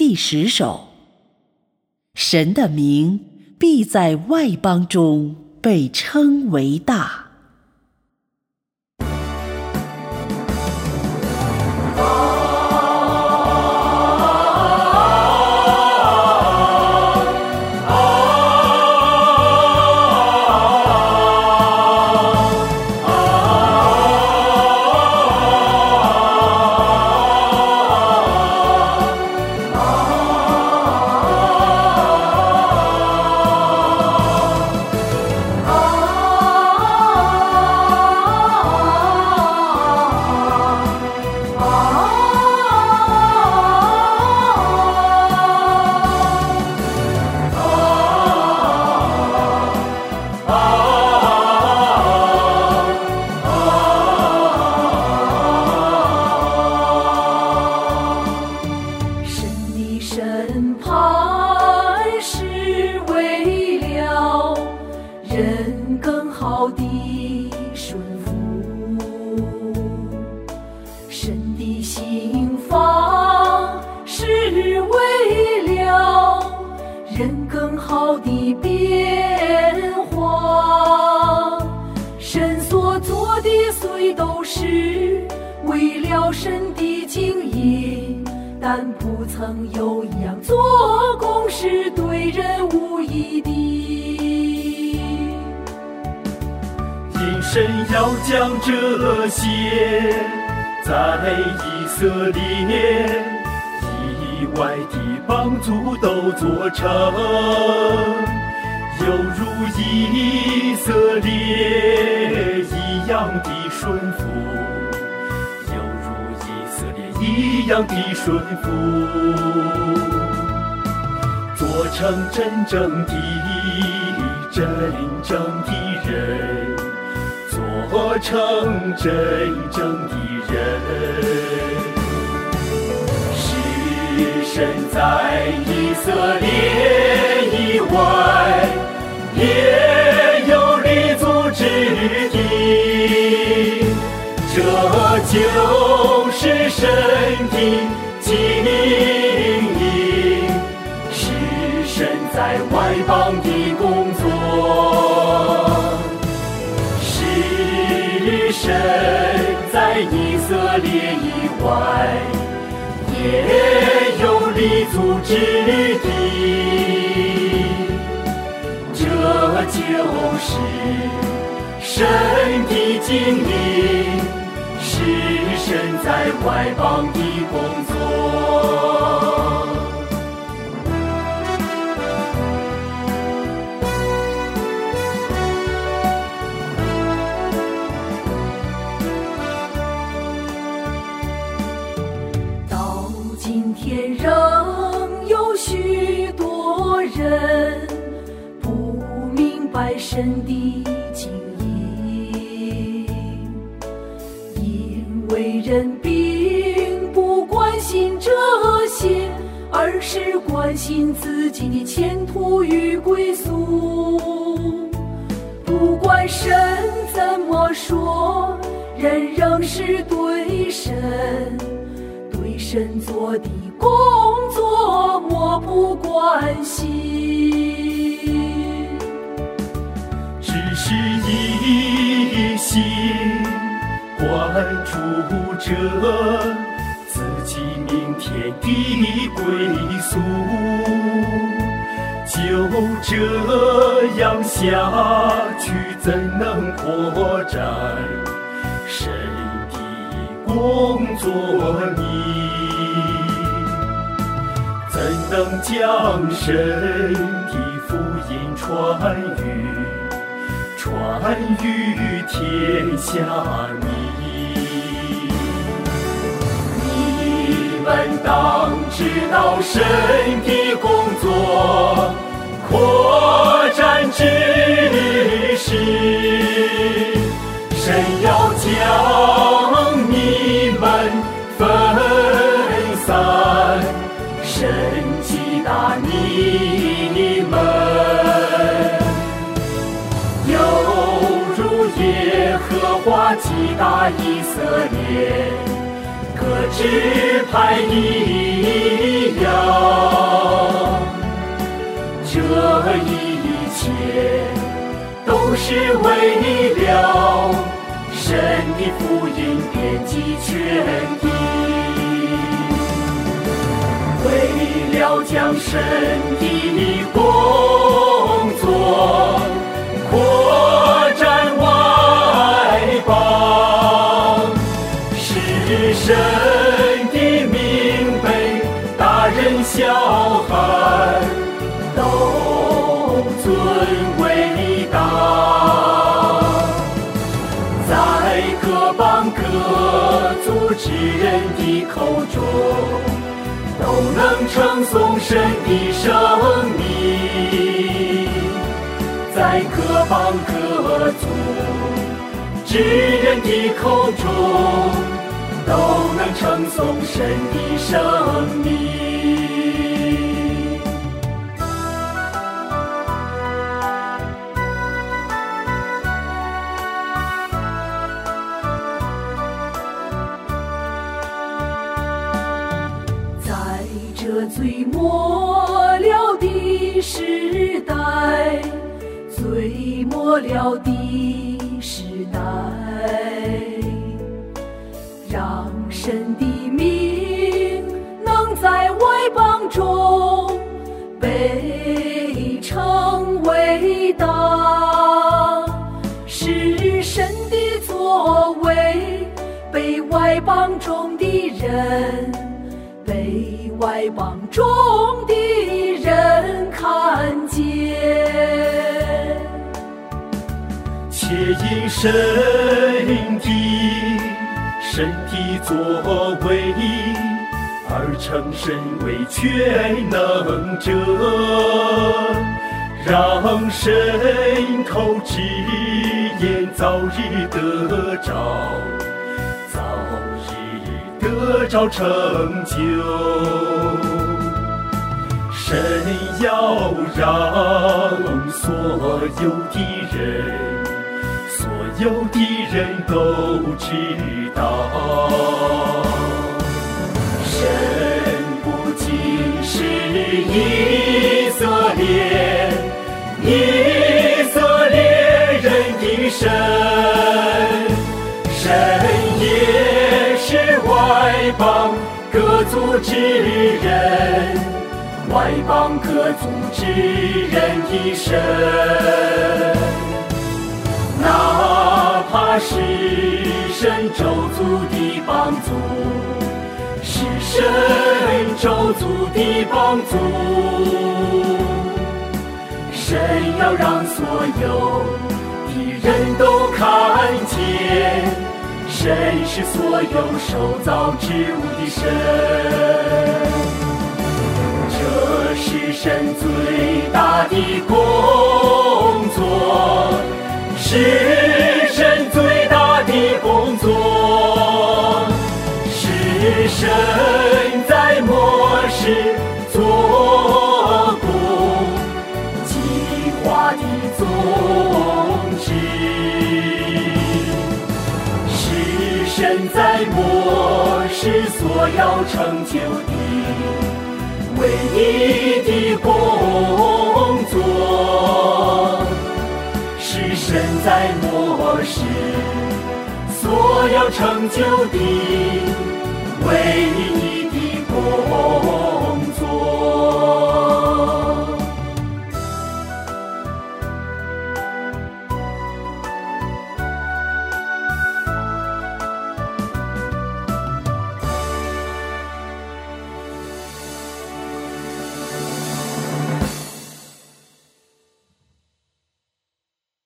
第10首。神的名必在外邦中被称为大。 审判是为了人更好地顺服，神的心房是为了人更好地变化，神所做的虽都是为了神的经营，但不曾有一样做工是对人无益的。 因神要将这些在以色列以外的邦族都做成，犹如以色列一样的顺服，一样的顺服，做成真正的人，做成真正的人。是神在以色列以外也有立足之地，这就是神的经营，是神在外邦的工作，是神在以色列以外也有立足之地，这就是神的经营，是神在外邦的工作。 到今天仍有许多人不明白神的经营，因为人并不关心这些，而是关心自己的前途与归宿。不管神怎么说，人仍是对神做的工作漠不关心， 只是一心关注着自己明天的归宿，就这样下去怎能扩展神的工作呢？怎能将神的福音传于天下呢？你们当知道神的工作扩展之时，神要将你们分散，神击打你们，犹如耶和华击打以色列各支派一样。 是为了神的福音遍及全地，为了将神的工作扩展外邦，使神的名被大人小孩都尊伟大，在各邦各族之人的口中，都能称颂神的圣名，在各邦各族之人的口中，都能称颂神的圣名。这最末了的时代，最末了的时代，让神的名能在外邦中被称伟大，使神的作为被外邦中的人被外邦中的人看见，且因神的作为而称神为全能者，让神口之言早日得着，得着成就。神要让所有的人都知道，神不仅是以色列人的神，神也是外邦各族之人，外邦各族之人的神，哪怕是神咒诅的邦族，是神咒诅的邦族，神要让所有的人都看见，神是所有受造之物的神，这是神最大的工作，是神最大的工作，是神在末世做工计划的宗旨，是神在末世所要成就的唯一的工作，是神在末世所要成就的唯一